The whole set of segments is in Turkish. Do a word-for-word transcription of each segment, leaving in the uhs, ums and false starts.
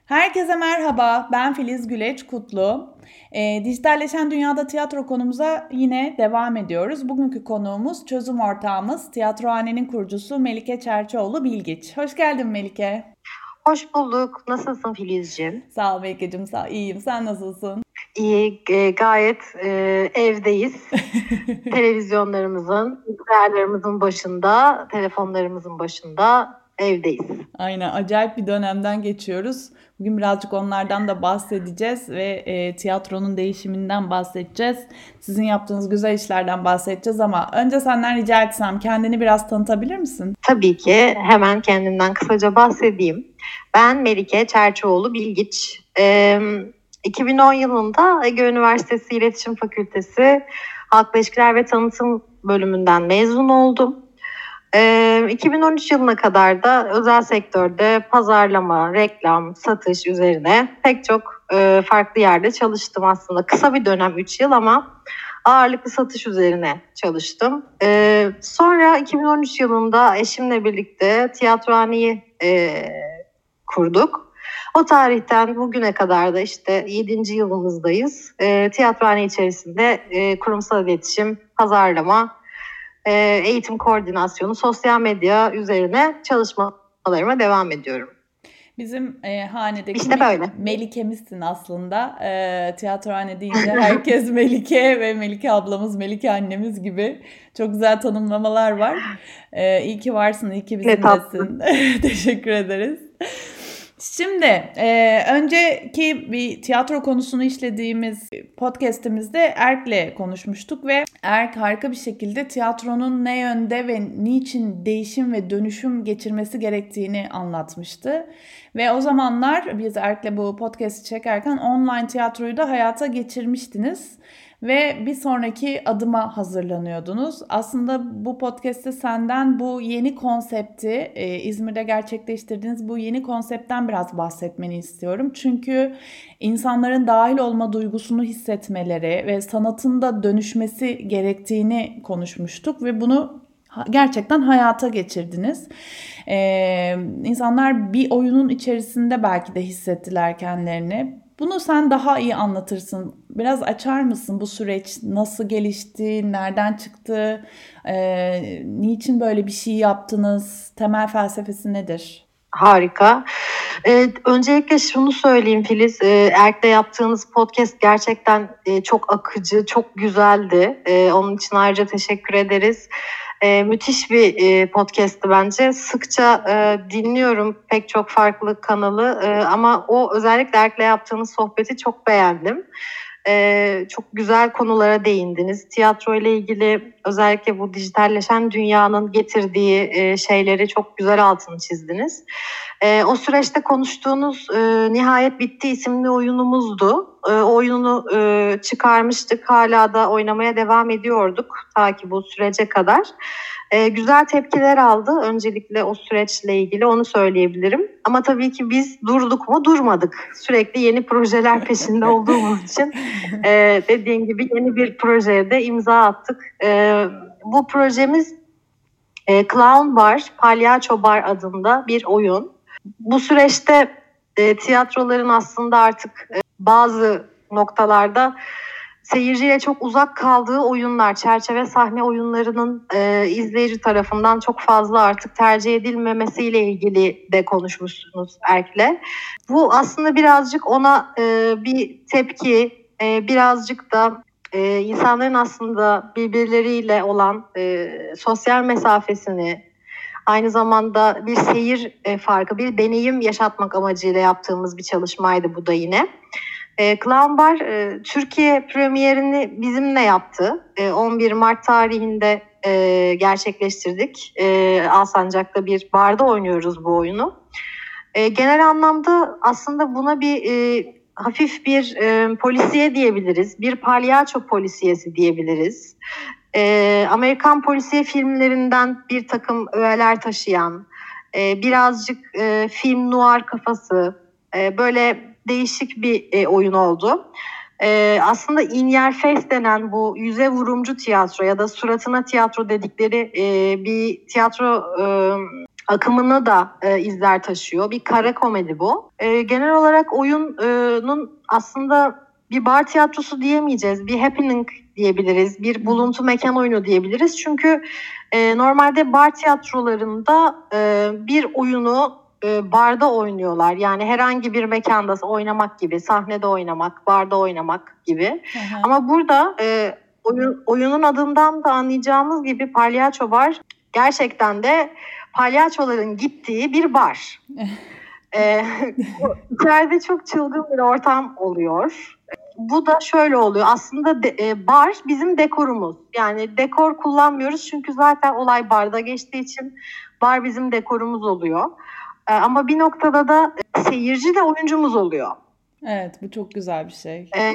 Herkese merhaba, ben Filiz Güleç Kutlu. Eee, dijitalleşen dünyada tiyatro konumuza yine devam ediyoruz. Bugünkü konuğumuz çözüm ortağımız, Tiyatrohane'nin kurucusu Melike Çerçioğlu Bilgiç. Hoş geldin Melike. Hoş bulduk. Nasılsın Filizciğim? Sağ ol Melike'cim, sağ iyiyim. Sen nasılsın? İyi, e, gayet e, evdeyiz. Televizyonlarımızın, bilgisayarlarımızın başında, telefonlarımızın başında evdeyiz. Aynen, acayip bir dönemden geçiyoruz. Bugün birazcık onlardan da bahsedeceğiz ve e, tiyatronun değişiminden bahsedeceğiz. Sizin yaptığınız güzel işlerden bahsedeceğiz ama önce senden rica etsem kendini biraz tanıtabilir misin? Tabii ki hemen kendimden kısaca bahsedeyim. Ben Melike Çerçioğlu Bilgiç. E, iki bin on yılında Ege Üniversitesi İletişim Fakültesi Halkla İlişkiler ve Tanıtım bölümünden mezun oldum. Ee, iki bin on üç yılına kadar da özel sektörde pazarlama, reklam, satış üzerine pek çok e, farklı yerde çalıştım aslında. Kısa bir dönem üç yıl ama ağırlıklı satış üzerine çalıştım. Ee, sonra iki bin on üç yılında eşimle birlikte tiyatrohaneyi e, kurduk. O tarihten bugüne kadar da işte yedinci yılımızdayız. E, tiyatrohane içerisinde e, kurumsal iletişim, pazarlama, eğitim koordinasyonu, sosyal medya üzerine çalışmalarıma devam ediyorum. Bizim e, hanedeki İşte böyle. Melike'mizsin aslında. E, tiyatrohane deyince herkes Melike ve Melike ablamız, Melike annemiz gibi çok güzel tanımlamalar var. E, iyi ki varsın, iyi ki bizimlesin. Teşekkür ederiz. Şimdi e, önceki bir tiyatro konusunu işlediğimiz podcastimizde Erk'le konuşmuştuk ve Erk harika bir şekilde tiyatronun ne yönde ve niçin değişim ve dönüşüm geçirmesi gerektiğini anlatmıştı. Ve o zamanlar biz Erk'le bu podcast'i çekerken online tiyatroyu da hayata geçirmiştiniz. Ve bir sonraki adıma hazırlanıyordunuz. Aslında bu podcast'te senden bu yeni konsepti, e, İzmir'de gerçekleştirdiğiniz bu yeni konseptten biraz bahsetmeni istiyorum. Çünkü insanların dahil olma duygusunu hissetmeleri ve sanatın da dönüşmesi gerektiğini konuşmuştuk ve bunu gerçekten hayata geçirdiniz. Ee, insanlar bir oyunun içerisinde belki de hissettiler kendilerini. Bunu sen daha iyi anlatırsın. Biraz açar mısın bu süreç? Nasıl gelişti? Nereden çıktı? Ee, niçin böyle bir şey yaptınız? Temel felsefesi nedir? Harika. Ee, öncelikle şunu söyleyeyim Filiz. E, Erk'le yaptığınız podcast gerçekten e, çok akıcı, çok güzeldi. E, onun için ayrıca teşekkür ederiz. E, müthiş bir e, podcast'ti bence. Sıkça e, dinliyorum pek çok farklı kanalı e, ama o özellikle Erk'le yaptığınız sohbeti çok beğendim. Ee, çok güzel konulara değindiniz. Tiyatro ile ilgili özellikle bu dijitalleşen dünyanın getirdiği e, şeyleri çok güzel altını çizdiniz. E, o süreçte konuştuğunuz e, Nihayet Bitti isimli oyunumuzdu. E, o oyunu e, çıkarmıştık. Hala da oynamaya devam ediyorduk ta ki bu sürece kadar. E, güzel tepkiler aldı. Öncelikle o süreçle ilgili onu söyleyebilirim. Ama tabii ki biz durduk mu? Durmadık. Sürekli yeni projeler peşinde olduğumuz için e, dediğim gibi yeni bir projeye de imza attık. E, bu projemiz e, Clown Bar, Palyaço Bar adında bir oyun. Bu süreçte e, tiyatroların aslında artık e, bazı noktalarda seyirciye çok uzak kaldığı oyunlar, çerçeve sahne oyunlarının e, izleyici tarafından çok fazla artık tercih edilmemesiyle ilgili de konuşmuşsunuz Erk'le. Bu aslında birazcık ona e, bir tepki, e, birazcık da e, insanların aslında birbirleriyle olan e, sosyal mesafesini, aynı zamanda bir seyir e, farkı, bir deneyim yaşatmak amacıyla yaptığımız bir çalışmaydı bu da yine. E, Clown Bar e, Türkiye premierini bizimle yaptı. E, on bir Mart tarihinde e, gerçekleştirdik. E, Alsancak'ta bir barda oynuyoruz bu oyunu. E, genel anlamda aslında buna bir e, hafif bir e, polisiye diyebiliriz. Bir palyaço polisiyesi diyebiliriz. E, Amerikan polisiye filmlerinden bir takım öğeler taşıyan, e, birazcık e, film noir kafası, e, böyle değişik bir e, oyun oldu. E, aslında in your face denen bu yüze vurumcu tiyatro ya da suratına tiyatro dedikleri e, bir tiyatro e, akımına da e, izler taşıyor. Bir kara komedi bu. E, genel olarak oyunun aslında bir bar tiyatrosu diyemeyeceğiz. Bir happening diyebiliriz. Bir buluntu mekan oyunu diyebiliriz. Çünkü e, normalde bar tiyatrolarında e, bir oyunu e, barda oynuyorlar. Yani herhangi bir mekanda oynamak gibi, sahnede oynamak, barda oynamak gibi. Hı hı. Ama burada e, oyun, oyunun adından da anlayacağımız gibi palyaço bar gerçekten de palyaçoların gittiği bir bar. ee, içeride çok çılgın bir ortam oluyor. Bu da şöyle oluyor. Aslında de, e, bar bizim dekorumuz. Yani dekor kullanmıyoruz çünkü zaten olay barda geçtiği için bar bizim dekorumuz oluyor. Ee, ama bir noktada da e, seyirci de oyuncumuz oluyor. Evet, bu çok güzel bir şey. Ee,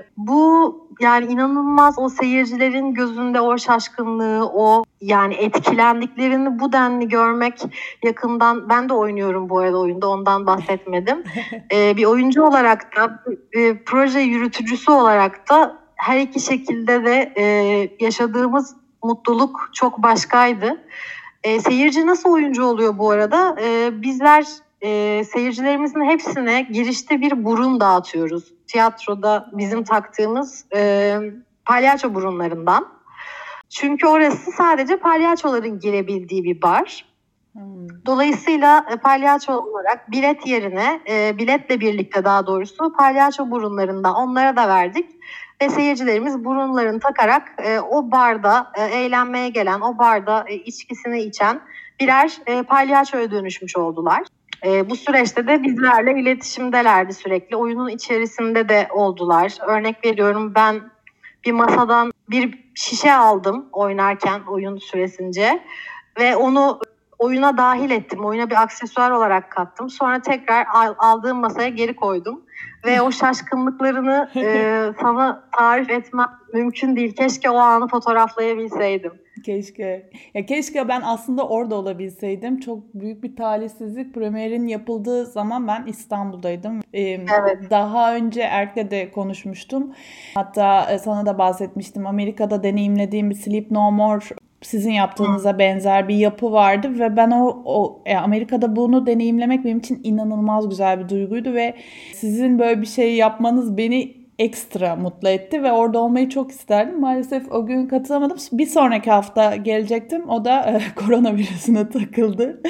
bu yani inanılmaz, o seyircilerin gözünde o şaşkınlığı, o yani etkilendiklerini bu denli görmek yakından. Ben de oynuyorum bu arada oyunda, ondan bahsetmedim. Ee, bir oyuncu olarak da, e, proje yürütücüsü olarak da her iki şekilde de e, yaşadığımız mutluluk çok başkaydı. E, seyirci nasıl oyuncu oluyor bu arada? E, bizler e, seyircilerimizin hepsine girişte bir burun dağıtıyoruz. Tiyatroda bizim taktığımız e, palyaço burunlarından. Çünkü orası sadece palyaçoların girebildiği bir bar. Hmm. Dolayısıyla e, palyaço olarak bilet yerine, e, biletle birlikte daha doğrusu palyaço burunlarından onlara da verdik. Ve seyircilerimiz burunlarını takarak e, o barda e, eğlenmeye gelen, o barda e, içkisini içen birer e, palyaçoya dönüşmüş oldular. E, bu süreçte de bizlerle iletişimdelerdi sürekli. Oyunun içerisinde de oldular. Örnek veriyorum, ben bir masadan bir şişe aldım oynarken oyun süresince ve onu oyuna dahil ettim. Oyuna bir aksesuar olarak kattım. Sonra tekrar aldığım masaya geri koydum. Ve o şaşkınlıklarını e, sana tarif etmem mümkün değil. Keşke o anı fotoğraflayabilseydim. Keşke. Ya keşke ben aslında orada olabilseydim. Çok büyük bir talihsizlik. Premierin yapıldığı zaman ben İstanbul'daydım. Ee, evet. Daha önce Erk'le de konuşmuştum. Hatta sana da bahsetmiştim. Amerika'da deneyimlediğim bir Sleep No More, sizin yaptığınıza benzer bir yapı vardı ve ben o, o Amerika'da bunu deneyimlemek benim için inanılmaz güzel bir duyguydu ve sizin böyle bir şey yapmanız beni ekstra mutlu etti ve orada olmayı çok isterdim. Maalesef o gün katılamadım. Bir sonraki hafta gelecektim. O da e, koronavirüsüne takıldı.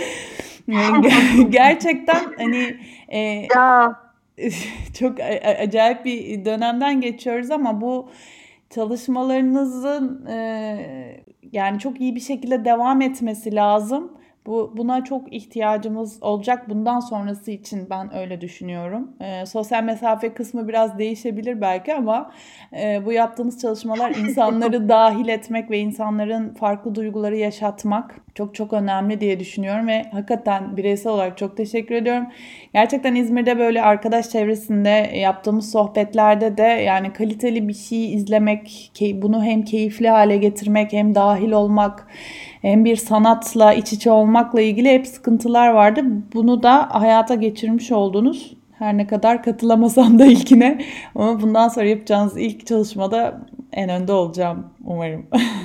Gerçekten hani e, ya. çok acayip bir dönemden geçiyoruz ama bu çalışmalarınızın e, yani çok iyi bir şekilde devam etmesi lazım. Bu buna çok ihtiyacımız olacak bundan sonrası için, ben öyle düşünüyorum. E, sosyal mesafe kısmı biraz değişebilir belki ama e, bu yaptığınız çalışmalar insanları dahil etmek ve insanların farklı duyguları yaşatmak çok çok önemli diye düşünüyorum ve hakikaten bireysel olarak çok teşekkür ediyorum. Gerçekten İzmir'de böyle arkadaş çevresinde yaptığımız sohbetlerde de yani kaliteli bir şey izlemek, bunu hem keyifli hale getirmek hem dahil olmak, hem bir sanatla iç içe olmakla ilgili hep sıkıntılar vardı. Bunu da hayata geçirmiş oldunuz. Her ne kadar katılamasam da ilkine, ama bundan sonra yapacağınız ilk çalışmada en önde olacağım umarım.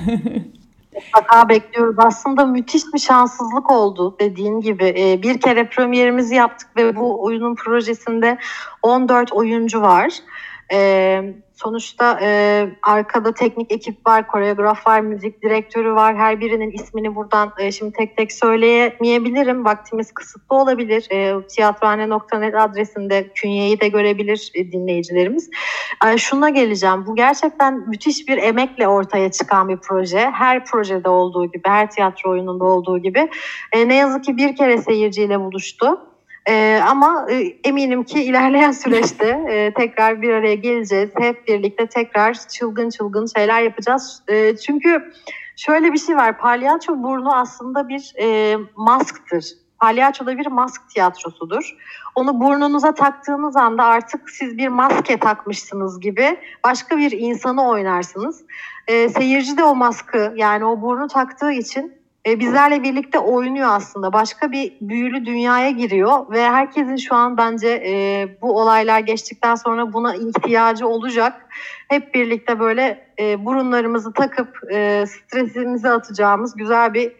Mutlaka bekliyoruz. Aslında müthiş bir şanssızlık oldu dediğin gibi. Bir kere premierimizi yaptık ve bu oyunun projesinde on dört oyuncu var. Ee, sonuçta e, arkada teknik ekip var, koreograf var, müzik direktörü var. Her birinin ismini buradan e, şimdi tek tek söyleyemeyebilirim. Vaktimiz kısıtlı olabilir. E, tiyatrohane nokta net adresinde künyeyi de görebilir e, dinleyicilerimiz. E, şuna geleceğim. Bu gerçekten müthiş bir emekle ortaya çıkan bir proje. Her projede olduğu gibi, her tiyatro oyununda olduğu gibi. E, ne yazık ki bir kere seyirciyle buluştu. Ee, ama e, eminim ki ilerleyen süreçte e, tekrar bir araya geleceğiz. Hep birlikte tekrar çılgın çılgın şeyler yapacağız. E, çünkü şöyle bir şey var. Palyaço burnu aslında bir e, masktır. Palyaço da bir mask tiyatrosudur. Onu burnunuza taktığınız anda artık siz bir maske takmışsınız gibi başka bir insanı oynarsınız. E, seyirci de o maskı, yani o burnu taktığı için bizlerle birlikte oynuyor aslında. Başka bir büyülü dünyaya giriyor ve herkesin şu an bence e, bu olaylar geçtikten sonra buna ihtiyacı olacak. Hep birlikte böyle e, burunlarımızı takıp e, stresimizi atacağımız güzel bir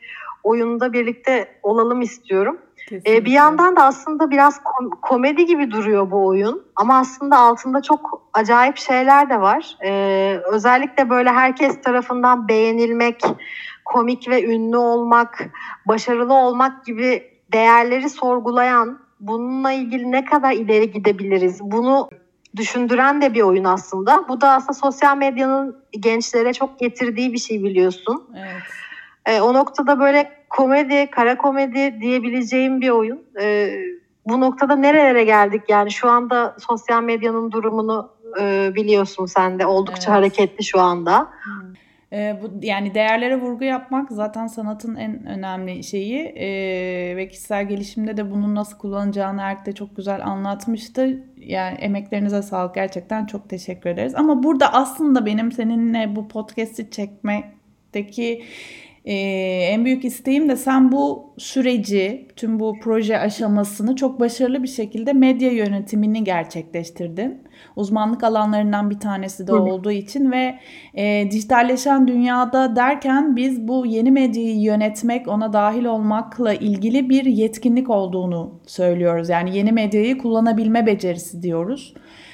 oyunda birlikte olalım istiyorum. Kesinlikle. Bir yandan da aslında biraz kom- komedi gibi duruyor bu oyun ama aslında altında çok acayip şeyler de var. Ee, özellikle böyle herkes tarafından beğenilmek, komik ve ünlü olmak, başarılı olmak gibi değerleri sorgulayan, bununla ilgili ne kadar ileri gidebiliriz, bunu düşündüren de bir oyun aslında. Bu da aslında sosyal medyanın gençlere çok getirdiği bir şey, biliyorsun. Evet. E, o noktada böyle komedi, kara komedi diyebileceğim bir oyun. E, bu noktada nerelere geldik? Yani şu anda sosyal medyanın durumunu e, biliyorsun sen de. Oldukça evet. hareketli şu anda. Hmm. E, bu, yani değerlere vurgu yapmak zaten sanatın en önemli şeyi e, ve kişisel gelişimde de bunun nasıl kullanacağını Erk de çok güzel anlatmıştı. Yani emeklerinize sağlık, gerçekten çok teşekkür ederiz. Ama burada aslında benim seninle bu podcast'i çekmekteki Ee, en büyük isteğim de sen bu süreci, tüm bu proje aşamasını çok başarılı bir şekilde medya yönetimini gerçekleştirdin. Uzmanlık alanlarından bir tanesi de olduğu için ve e, dijitalleşen dünyada derken biz bu yeni medyayı yönetmek, ona dahil olmakla ilgili bir yetkinlik olduğunu söylüyoruz. Yani yeni medyayı kullanabilme becerisi diyoruz.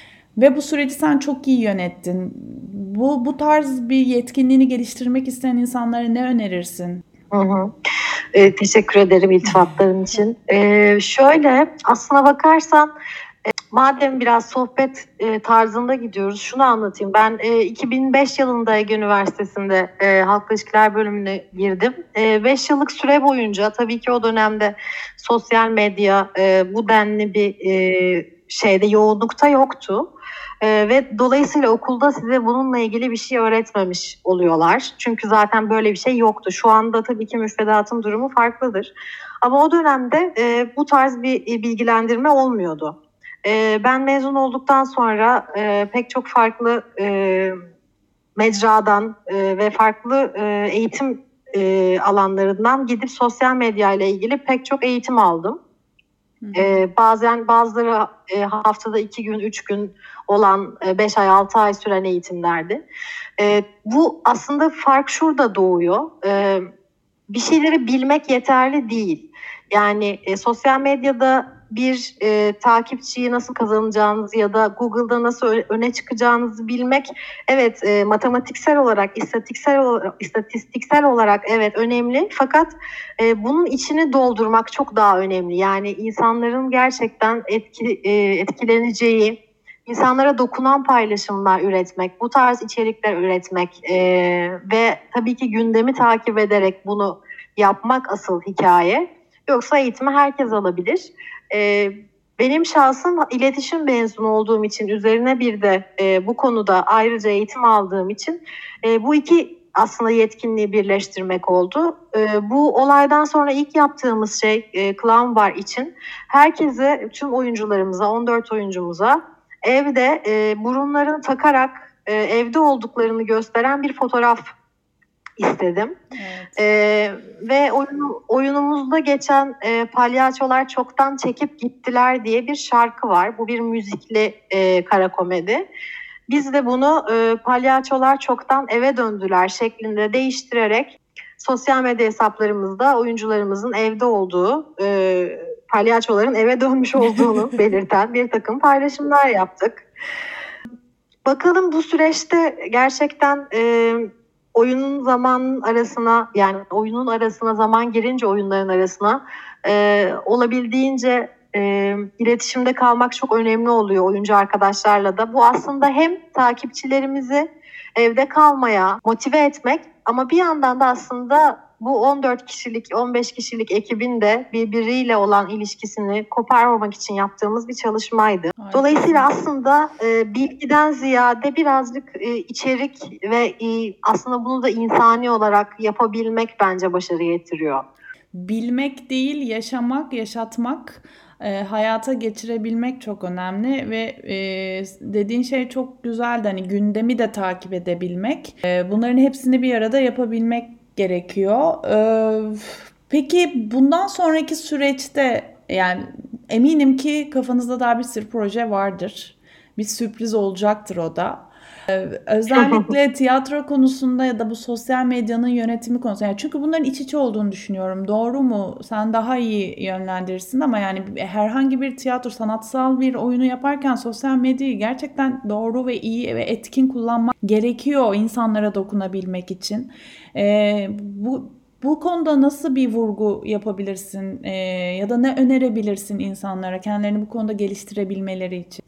Ve bu süreci sen çok iyi yönettin. Bu bu tarz bir yetkinliğini geliştirmek isteyen insanlara ne önerirsin? Hı hı. Ee, teşekkür ederim iltifatların için. Ee, şöyle aslına bakarsan e, madem biraz sohbet e, tarzında gidiyoruz, şunu anlatayım. Ben e, iki bin beş yılında Ege Üniversitesi'nde e, Halk İlişkiler bölümüne girdim. beş e, yıllık süre boyunca tabii ki o dönemde sosyal medya e, bu denli bir e, şeyde yoğunlukta yoktu. Ee, ve dolayısıyla okulda size bununla ilgili bir şey öğretmemiş oluyorlar. Çünkü zaten böyle bir şey yoktu. Şu anda tabii ki müfredatın durumu farklıdır. Ama o dönemde e, bu tarz bir bilgilendirme olmuyordu. E, ben mezun olduktan sonra e, pek çok farklı e, mecradan e, ve farklı e, eğitim e, alanlarından gidip sosyal medya ile ilgili pek çok eğitim aldım. Ee, bazen bazıları e, haftada iki gün, üç gün olan e, beş ay, altı ay süren eğitimlerdi. E, bu aslında fark şurada doğuyor. E, bir şeyleri bilmek yeterli değil. Yani e, sosyal medyada bir e, takipçiyi nasıl kazanacağınızı ya da Google'da nasıl öne çıkacağınızı bilmek, evet e, matematiksel olarak, istatistiksel olarak, istatistiksel olarak evet önemli. Fakat e, bunun içini doldurmak çok daha önemli. Yani insanların gerçekten etki, e, etkileneceği, insanlara dokunan paylaşımlar üretmek, bu tarz içerikler üretmek e, ve tabii ki gündemi takip ederek bunu yapmak asıl hikaye. Yoksa eğitimi herkes alabilir. E, benim şahsım iletişim mezunu olduğum için, üzerine bir de e, bu konuda ayrıca eğitim aldığım için e, bu iki aslında yetkinliği birleştirmek oldu. E, bu olaydan sonra ilk yaptığımız şey e, Clown Bar için herkese, tüm oyuncularımıza, on dört oyuncumuza evde e, burunlarını takarak e, evde olduklarını gösteren bir fotoğraf istedim. Evet. E, ve oyun, oyunumuzda geçen e, palyaçolar çoktan çekip gittiler diye bir şarkı var. Bu bir müzikli e, kara komedi. Biz de bunu e, palyaçolar çoktan eve döndüler şeklinde değiştirerek sosyal medya hesaplarımızda oyuncularımızın evde olduğu, e, palyaçoların eve dönmüş olduğunu belirten bir takım paylaşımlar yaptık. Bakalım bu süreçte gerçekten e, oyunun zamanın arasına, yani oyunun arasına zaman girince oyunların arasına e, olabildiğince e, iletişimde kalmak çok önemli oluyor oyuncu arkadaşlarla da. Bu aslında hem takipçilerimizi evde kalmaya motive etmek ama bir yandan da aslında bu on dört kişilik, on beş kişilik ekibin de birbiriyle olan ilişkisini koparmamak için yaptığımız bir çalışmaydı. Aynen. Dolayısıyla aslında e, bilgiden ziyade birazcık e, içerik ve e, aslında bunu da insani olarak yapabilmek bence başarı getiriyor. Bilmek değil, yaşamak, yaşatmak, e, hayata geçirebilmek çok önemli ve e, dediğin şey çok güzeldi. Hani gündemi de takip edebilmek. E, bunların hepsini bir arada yapabilmek gerekiyor. Ee, peki bundan sonraki süreçte, yani eminim ki kafanızda daha bir sürü proje vardır. Bir sürpriz olacaktır o da. Özellikle tiyatro konusunda ya da bu sosyal medyanın yönetimi konusunda. Yani çünkü bunların iç içe olduğunu düşünüyorum. Doğru mu? Sen daha iyi yönlendirirsin ama yani herhangi bir tiyatro, sanatsal bir oyunu yaparken sosyal medyayı gerçekten doğru ve iyi ve etkin kullanmak gerekiyor insanlara dokunabilmek için. Ee, bu Bu konuda nasıl bir vurgu yapabilirsin e, ya da ne önerebilirsin insanlara kendilerini bu konuda geliştirebilmeleri için?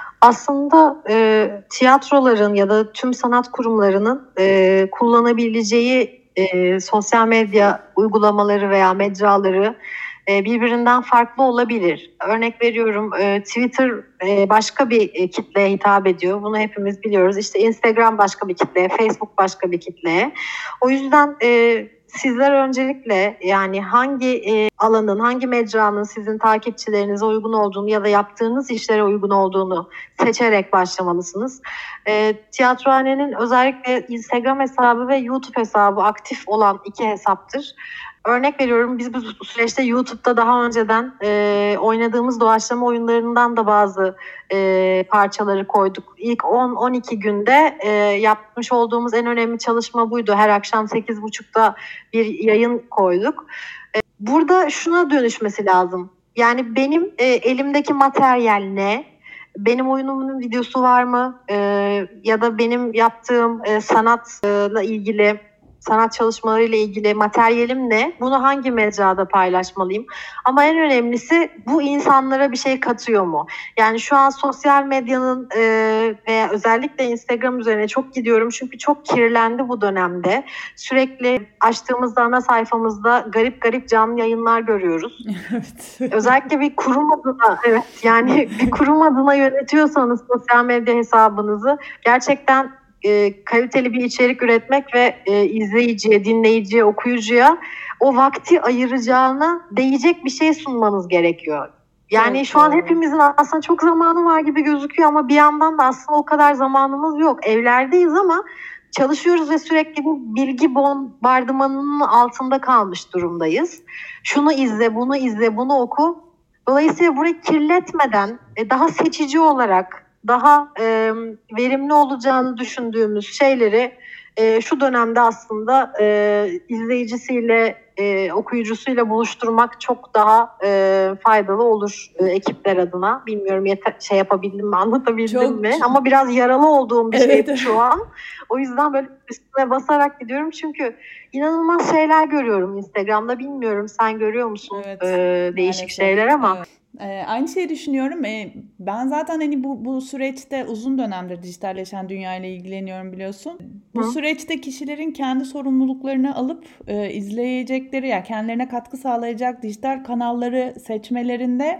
Aslında e, tiyatroların ya da tüm sanat kurumlarının e, kullanabileceği e, sosyal medya uygulamaları veya mecraları e, birbirinden farklı olabilir. Örnek veriyorum, e, Twitter e, başka bir e, kitleye hitap ediyor. Bunu hepimiz biliyoruz. İşte Instagram başka bir kitleye, Facebook başka bir kitleye. O yüzden e, sizler öncelikle yani hangi e, alanın, hangi mecranın sizin takipçilerinize uygun olduğunu ya da yaptığınız işlere uygun olduğunu seçerek başlamalısınız. E, Tiyatrohane'nin özellikle Instagram hesabı ve YouTube hesabı aktif olan iki hesaptır. Örnek veriyorum, biz bu süreçte YouTube'da daha önceden e, oynadığımız doğaçlama oyunlarından da bazı e, parçaları koyduk. İlk on on iki günde e, yapmış olduğumuz en önemli çalışma buydu. Her akşam sekiz buçukta bir yayın koyduk. E, burada şuna dönüşmesi lazım. Yani benim e, elimdeki materyal ne? Benim oyunumun videosu var mı? E, ya da benim yaptığım e, sanatla ilgili sanat çalışmalarıyla ilgili materyalim ne? Bunu hangi mecrada paylaşmalıyım? Ama en önemlisi bu insanlara bir şey katıyor mu? Yani şu an sosyal medyanın e, veya özellikle Instagram üzerine çok gidiyorum çünkü çok kirlendi bu dönemde. Sürekli açtığımızda ana sayfamızda garip garip canlı yayınlar görüyoruz. Evet. Özellikle bir kurum adına, evet yani bir kurum adına yönetiyorsanız sosyal medya hesabınızı gerçekten E, kaliteli bir içerik üretmek ve e, izleyiciye, dinleyiciye, okuyucuya o vakti ayıracağına değecek bir şey sunmanız gerekiyor. Yani evet, şu an hepimizin aslında çok zamanı var gibi gözüküyor ama bir yandan da aslında o kadar zamanımız yok. Evlerdeyiz ama çalışıyoruz ve sürekli bu bilgi bombardımanının altında kalmış durumdayız. Şunu izle, bunu izle, bunu oku. Dolayısıyla burayı kirletmeden daha seçici olarak daha e, verimli olacağını düşündüğümüz şeyleri e, şu dönemde aslında e, izleyicisiyle, e, okuyucusuyla buluşturmak çok daha e, faydalı olur e, ekipler adına. Bilmiyorum yeter, şey yapabildim mi, anlatabildim çok... mi? Ama biraz yaralı olduğum bir evet. şey şu an. O yüzden böyle üstüne basarak gidiyorum çünkü inanılmaz şeyler görüyorum Instagram'da. Bilmiyorum sen görüyor musun evet, e, değişik maalesef. şeyler ama... Evet. Ee, aynı şeyi düşünüyorum. Ee, ben zaten hani bu, bu süreçte uzun dönemdir dijitalleşen dünyayla ilgileniyorum biliyorsun. Bu Hı. süreçte kişilerin kendi sorumluluklarını alıp e, izleyecekleri yani kendilerine katkı sağlayacak dijital kanalları seçmelerinde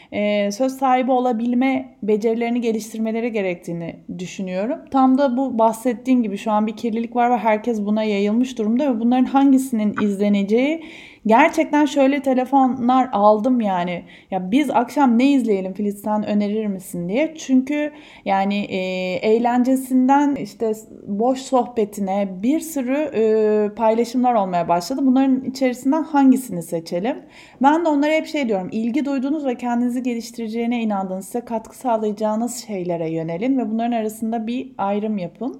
e, söz sahibi olabilme becerilerini geliştirmeleri gerektiğini düşünüyorum. Tam da bu bahsettiğin gibi şu an bir kirlilik var ve herkes buna yayılmış durumda ve bunların hangisinin izleneceği gerçekten şöyle telefonlar aldım yani. Ya biz akşam ne izleyelim Filiz sen önerir misin diye. Çünkü yani e, eğlencesinden işte boş sohbetine bir sürü e, paylaşımlar olmaya başladı. Bunların içerisinden hangisini seçelim? Ben de onlara hep şey diyorum. İlgi duyduğunuz ve kendinizi geliştireceğine inandığınız, size katkı sağlayacağınız şeylere yönelin ve bunların arasında bir ayrım yapın.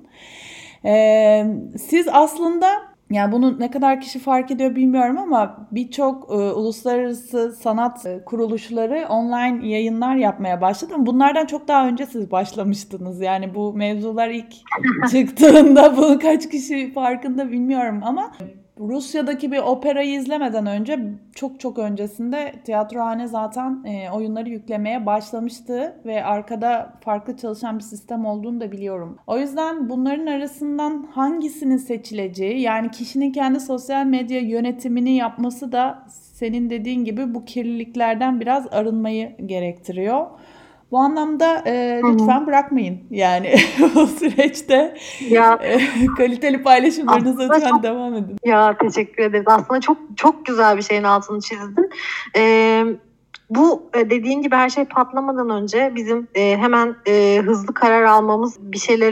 E, siz aslında yani bunu ne kadar kişi fark ediyor bilmiyorum ama birçok e, uluslararası sanat e, kuruluşları online yayınlar yapmaya başladı. Bunlardan çok daha önce siz başlamıştınız. Yani bu mevzular ilk çıktığında bunu kaç kişi farkında bilmiyorum ama Rusya'daki bir operayı izlemeden önce çok çok öncesinde Tiyatrohane zaten e, oyunları yüklemeye başlamıştı ve arkada farklı çalışan bir sistem olduğunu da biliyorum. O yüzden bunların arasından hangisinin seçileceği yani kişinin kendi sosyal medya yönetimini yapması da senin dediğin gibi bu kirliliklerden biraz arınmayı gerektiriyor. Bu anlamda e, lütfen bırakmayın yani o süreçte ya, e, kaliteli paylaşımlarınıza lütfen çok, devam edin. Ya teşekkür ederim. Aslında çok çok güzel bir şeyin altını çizdin. Ee, bu dediğin gibi her şey patlamadan önce bizim e, hemen e, hızlı karar almamız, bir şeylerin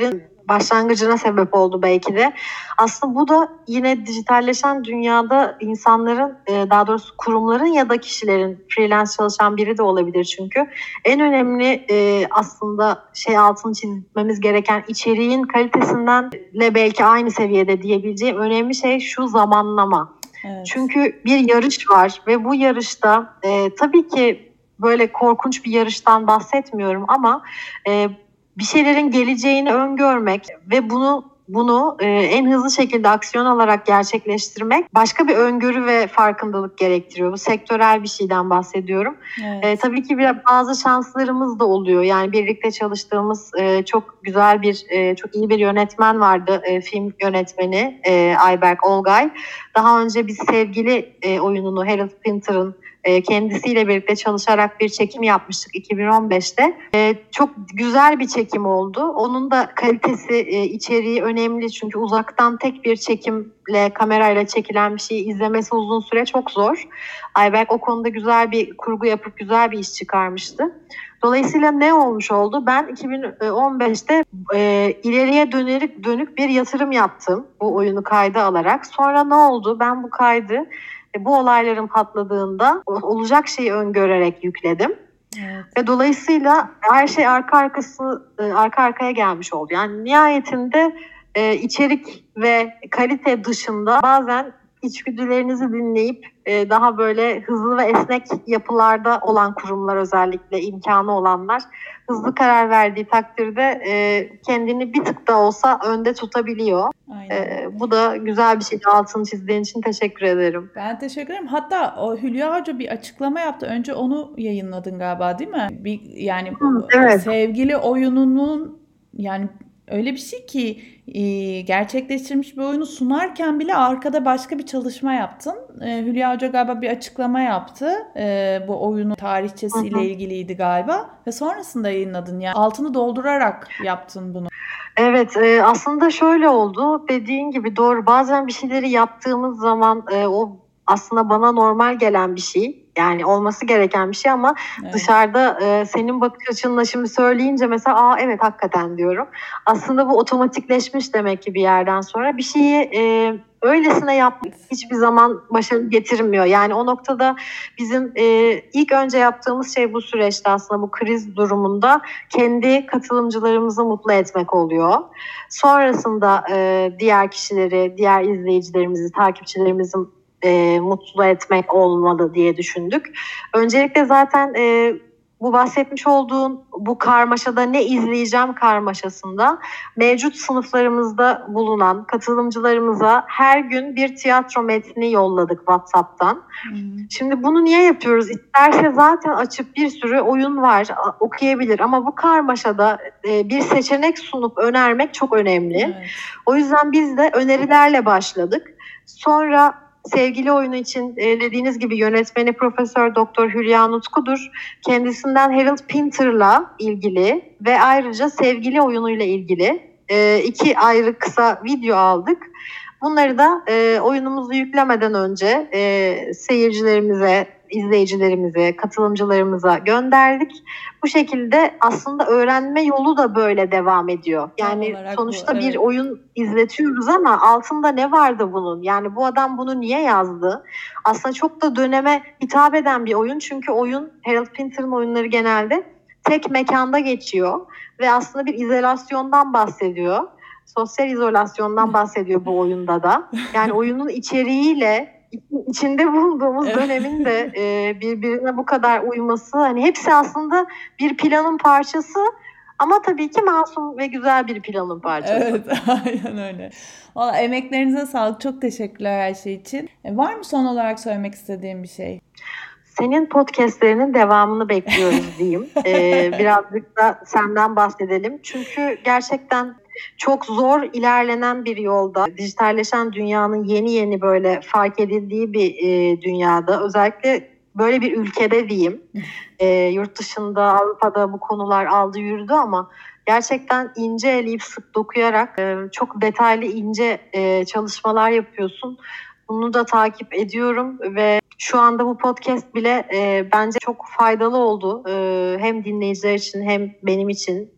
başlangıcına sebep oldu belki de. Aslında bu da yine dijitalleşen dünyada insanların, daha doğrusu kurumların ya da kişilerin, freelance çalışan biri de olabilir çünkü. En önemli aslında şey altını çizmemiz gereken içeriğin kalitesinden de belki aynı seviyede diyebileceğim önemli şey şu zamanlama. Evet. Çünkü bir yarış var ve bu yarışta e, tabii ki böyle korkunç bir yarıştan bahsetmiyorum ama e, bir şeylerin geleceğini öngörmek ve bunu bunu e, en hızlı şekilde aksiyon alarak gerçekleştirmek başka bir öngörü ve farkındalık gerektiriyor. Bu sektörel bir şeyden bahsediyorum. Evet. E, tabii ki bir, bazı şanslarımız da oluyor. Yani birlikte çalıştığımız e, çok güzel bir, e, çok iyi bir yönetmen vardı. E, film yönetmeni e, Ayberk Olgay. Daha önce biz Sevgili e, oyununu Harold Pinter'ın kendisiyle birlikte çalışarak bir çekim yapmıştık iki bin on beşte. Çok güzel bir çekim oldu. Onun da kalitesi, içeriği önemli çünkü uzaktan tek bir çekimle, kamerayla çekilen bir şeyi izlemesi uzun süre çok zor. Ayberk o konuda güzel bir kurgu yapıp güzel bir iş çıkarmıştı. Dolayısıyla ne olmuş oldu? Ben iki bin on beşte e, ileriye dönük, dönük bir yatırım yaptım bu oyunu kayda alarak. Sonra ne oldu? Ben bu kaydı bu olayların patladığında olacak şeyi öngörerek yükledim. Evet. Ve dolayısıyla her şey arka arkası arka arkaya gelmiş oldu. Yani nihayetinde e, içerik ve kalite dışında bazen içgüdülerinizi dinleyip e, daha böyle hızlı ve esnek yapılarda olan kurumlar, özellikle imkanı olanlar hızlı karar verdiği takdirde e, kendini bir tık da olsa önde tutabiliyor. E, bu da güzel bir şey. Altını çizdiğin için teşekkür ederim. Ben teşekkür ederim. Hatta o Hülya Hoca bir açıklama yaptı. Önce onu yayınladın galiba, değil mi? Bir, yani Hı, evet. Sevgili oyununun, yani öyle bir şey ki e, gerçekleştirilmiş bir oyunu sunarken bile arkada başka bir çalışma yaptın. E, Hülya Hoca galiba bir açıklama yaptı. E, bu oyunun tarihçesiyle Hı-hı. ilgiliydi galiba. Ve sonrasında yayınladın. Yani altını doldurarak yaptın bunu. Evet, e, aslında şöyle oldu. Dediğin gibi doğru. Bazen bir şeyleri yaptığımız zaman e, o aslında bana normal gelen bir şey. Yani olması gereken bir şey ama evet. dışarıda e, senin bakış açınla şimdi söyleyince mesela aa evet hakikaten diyorum. Aslında bu otomatikleşmiş demek ki bir yerden sonra. Bir şeyi e, öylesine yapmak hiçbir zaman başarı getirmiyor. Yani o noktada bizim e, ilk önce yaptığımız şey bu süreçte aslında bu kriz durumunda kendi katılımcılarımızı mutlu etmek oluyor. Sonrasında e, diğer kişileri, diğer izleyicilerimizi, takipçilerimizi E, mutlu etmek olmalı diye düşündük. Öncelikle zaten e, bu bahsetmiş olduğun bu karmaşada ne izleyeceğim karmaşasında mevcut sınıflarımızda bulunan katılımcılarımıza her gün bir tiyatro metni yolladık WhatsApp'tan. Hmm. Şimdi bunu niye yapıyoruz? İsterse zaten açıp bir sürü oyun var, okuyabilir ama bu karmaşada e, bir seçenek sunup önermek çok önemli. Evet. O yüzden biz de önerilerle başladık. Sonra Sevgili oyunu için dediğiniz gibi yönetmeni Profesör Doktor Hülya Nutku'dur. Kendisinden Harold Pinter'la ilgili ve ayrıca Sevgili oyunuyla ilgili iki ayrı kısa video aldık. Bunları da oyunumuzu yüklemeden önce seyircilerimize, izleyicilerimize, katılımcılarımıza gönderdik. Bu şekilde aslında öğrenme yolu da böyle devam ediyor. Yani sonuçta bu, evet. bir oyun izletiyoruz ama altında ne vardı bunun? Yani bu adam bunu niye yazdı? Aslında çok da döneme hitap eden bir oyun. Çünkü oyun, Harold Pinter'ın oyunları genelde tek mekanda geçiyor. Ve aslında bir izolasyondan bahsediyor. Sosyal izolasyondan bahsediyor bu oyunda da. Yani oyunun içeriğiyle içinde bulunduğumuz evet. dönemin de e, birbirine bu kadar uyması, hani hepsi aslında bir planın parçası ama tabii ki masum ve güzel bir planın parçası. Evet, aynen öyle. Vallahi emeklerinize sağlık. Çok teşekkürler her şey için. E, var mı son olarak söylemek istediğin bir şey? Senin podcastlerinin devamını bekliyoruz diyeyim. Ee, birazcık da senden bahsedelim. Çünkü gerçekten çok zor ilerlenen bir yolda, dijitalleşen dünyanın yeni yeni böyle fark edildiği bir e, dünyada, özellikle böyle bir ülkede diyeyim, e, yurt dışında, Avrupa'da bu konular aldı yürüdü ama gerçekten ince eleyip sık dokuyarak e, çok detaylı ince e, çalışmalar yapıyorsun. Bunu da takip ediyorum ve şu anda bu podcast bile e, bence çok faydalı oldu. E, hem dinleyiciler için hem benim için.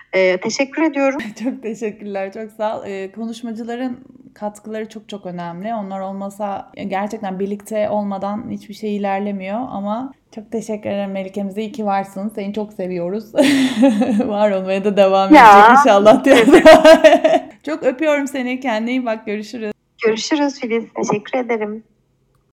E, teşekkür ediyorum. Çok teşekkürler, çok sağ ol. E, konuşmacıların katkıları çok çok önemli. Onlar olmasa gerçekten birlikte olmadan hiçbir şey ilerlemiyor ama çok teşekkür ederim Melike'mize. İyi ki varsın. Seni çok seviyoruz. Var olmaya da devam Ya. edecek inşallah. Çok öpüyorum seni. Kendine iyi bak. Görüşürüz. Görüşürüz Filiz. Teşekkür ederim.